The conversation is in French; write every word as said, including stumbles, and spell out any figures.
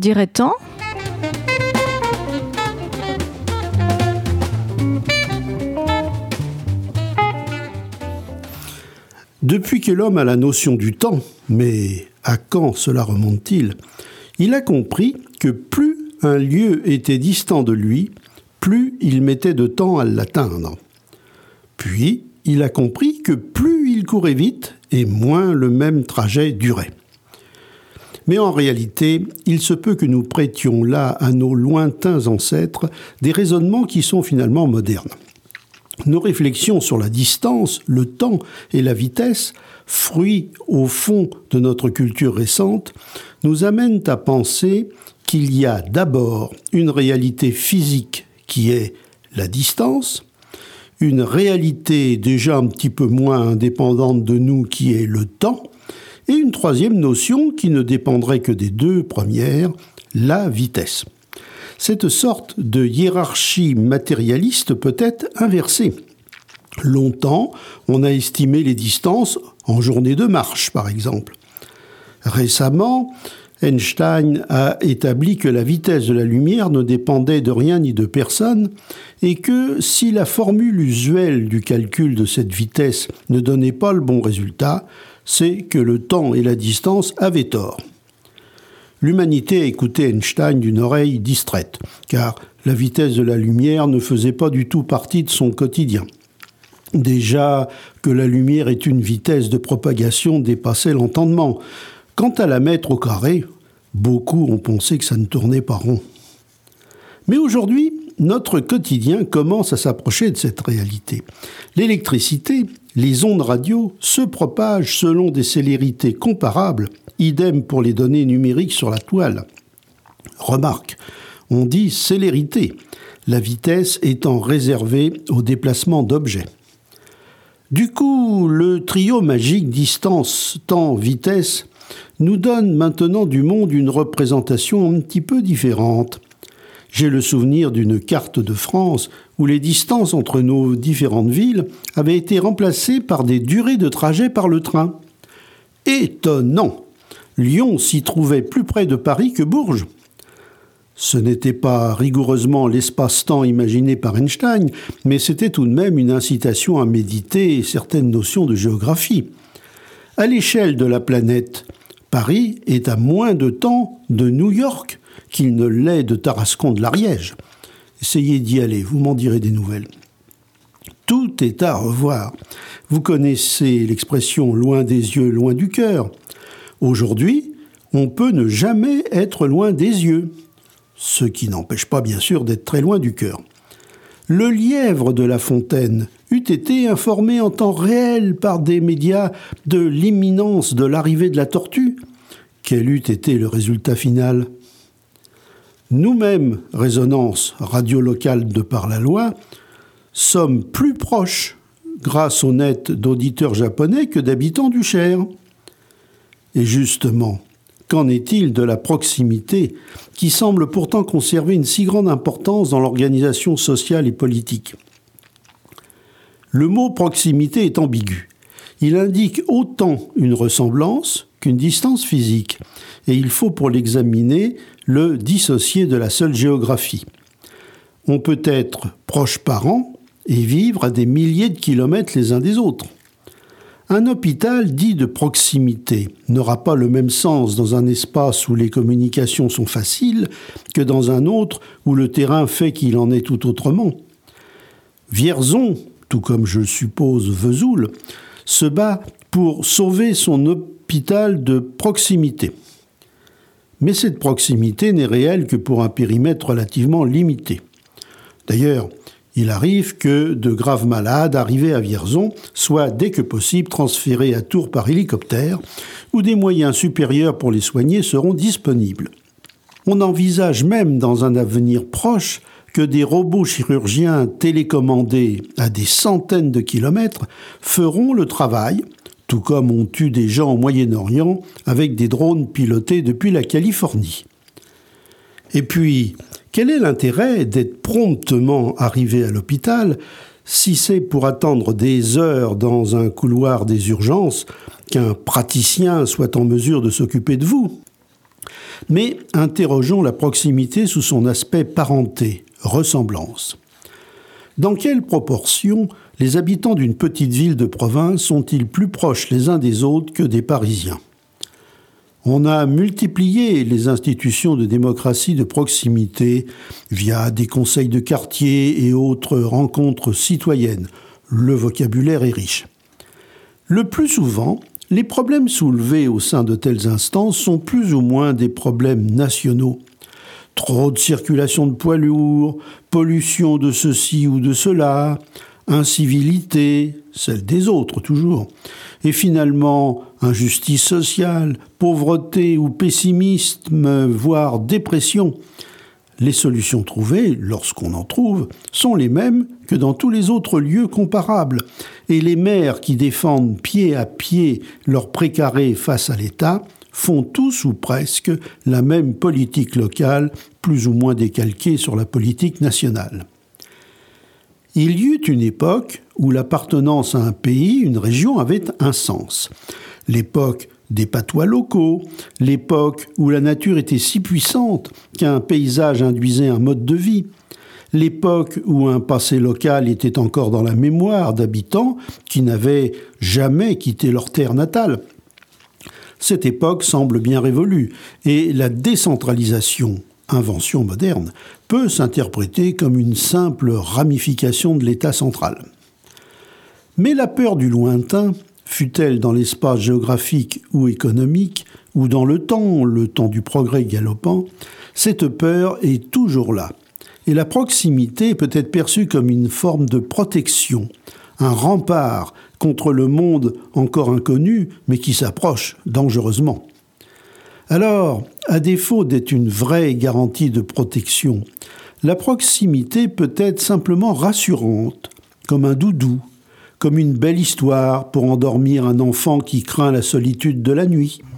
dirait-on ? Depuis que l'homme a la notion du temps, mais à quand cela remonte-t-il ? Il a compris que plus un lieu était distant de lui, plus il mettait de temps à l'atteindre. Puis, il a compris que plus il courait vite, et moins le même trajet durait. Mais en réalité, il se peut que nous prêtions là à nos lointains ancêtres des raisonnements qui sont finalement modernes. Nos réflexions sur la distance, le temps et la vitesse, fruits au fond de notre culture récente, nous amènent à penser qu'il y a d'abord une réalité physique qui est la distance, une réalité déjà un petit peu moins indépendante de nous qui est le temps, et une troisième notion qui ne dépendrait que des deux premières, la vitesse. Cette sorte de hiérarchie matérialiste peut être inversée. Longtemps, on a estimé les distances en journées de marche, par exemple. Récemment, Einstein a établi que la vitesse de la lumière ne dépendait de rien ni de personne et que si la formule usuelle du calcul de cette vitesse ne donnait pas le bon résultat, c'est que le temps et la distance avaient tort. L'humanité a écouté Einstein d'une oreille distraite, car la vitesse de la lumière ne faisait pas du tout partie de son quotidien. Déjà que la lumière est une vitesse de propagation dépassait l'entendement. Quant à la mettre au carré, beaucoup ont pensé que ça ne tournait pas rond. Mais aujourd'hui, notre quotidien commence à s'approcher de cette réalité. L'électricité, les ondes radio se propagent selon des célérités comparables, idem pour les données numériques sur la toile. Remarque, on dit célérité, la vitesse étant réservée au déplacement d'objets. Du coup, le trio magique distance, temps, vitesse nous donne maintenant du monde une représentation un petit peu différente. J'ai le souvenir d'une carte de France où les distances entre nos différentes villes avaient été remplacées par des durées de trajet par le train. Étonnant ! Lyon s'y trouvait plus près de Paris que Bourges. Ce n'était pas rigoureusement l'espace-temps imaginé par Einstein, mais c'était tout de même une incitation à méditer certaines notions de géographie. À l'échelle de la planète, Paris est à moins de temps de New York qu'il ne l'est de Tarascon de l'Ariège. Essayez d'y aller, vous m'en direz des nouvelles. Tout est à revoir. Vous connaissez l'expression « loin des yeux, loin du cœur ». Aujourd'hui, on peut ne jamais être loin des yeux, ce qui n'empêche pas bien sûr d'être très loin du cœur. Le lièvre de La Fontaine eût été informé en temps réel par des médias de l'imminence de l'arrivée de la tortue. Quel eût été le résultat final ? Nous-mêmes, résonance radio locale de par la loi, sommes plus proches, grâce au net d'auditeurs japonais, que d'habitants du Cher. Et justement, qu'en est-il de la proximité, qui semble pourtant conserver une si grande importance dans l'organisation sociale et politique ? Le mot proximité est ambigu. Il indique autant une ressemblance qu'une distance physique, et il faut pour l'examiner le dissocier de la seule géographie. On peut être proches parents et vivre à des milliers de kilomètres les uns des autres. Un hôpital dit de proximité n'aura pas le même sens dans un espace où les communications sont faciles que dans un autre où le terrain fait qu'il en est tout autrement. Vierzon, tout comme je suppose Vesoul, se bat pour sauver son hôpital de proximité. Mais cette proximité n'est réelle que pour un périmètre relativement limité. D'ailleurs, il arrive que de graves malades arrivés à Vierzon soient dès que possible transférés à Tours par hélicoptère, où des moyens supérieurs pour les soigner seront disponibles. On envisage même dans un avenir proche que des robots chirurgiens télécommandés à des centaines de kilomètres feront le travail, tout comme on tue des gens au Moyen-Orient avec des drones pilotés depuis la Californie. Et puis, quel est l'intérêt d'être promptement arrivé à l'hôpital si c'est pour attendre des heures dans un couloir des urgences qu'un praticien soit en mesure de s'occuper de vous ? Mais interrogeons la proximité sous son aspect parenté, ressemblance. Dans quelle proportion les habitants d'une petite ville de province sont-ils plus proches les uns des autres que des Parisiens ? On a multiplié les institutions de démocratie de proximité via des conseils de quartier et autres rencontres citoyennes. Le vocabulaire est riche. Le plus souvent, les problèmes soulevés au sein de telles instances sont plus ou moins des problèmes nationaux. Trop de circulation de poids lourds, pollution de ceci ou de cela, incivilité, celle des autres toujours, et finalement injustice sociale, pauvreté ou pessimisme, voire dépression. Les solutions trouvées, lorsqu'on en trouve, sont les mêmes que dans tous les autres lieux comparables. Et les maires qui défendent pied à pied leur précaré face à l'État font tous ou presque la même politique locale, plus ou moins décalquée sur la politique nationale. Il y eut une époque où l'appartenance à un pays, une région, avait un sens. L'époque des patois locaux, l'époque où la nature était si puissante qu'un paysage induisait un mode de vie, l'époque où un passé local était encore dans la mémoire d'habitants qui n'avaient jamais quitté leur terre natale. Cette époque semble bien révolue et la décentralisation, invention moderne, peut s'interpréter comme une simple ramification de l'État central. Mais la peur du lointain, fût-elle dans l'espace géographique ou économique, ou dans le temps, le temps du progrès galopant, cette peur est toujours là. Et la proximité peut être perçue comme une forme de protection, un rempart contre le monde encore inconnu, mais qui s'approche dangereusement. Alors, à défaut d'être une vraie garantie de protection, la proximité peut être simplement rassurante, comme un doudou, comme une belle histoire pour endormir un enfant qui craint la solitude de la nuit.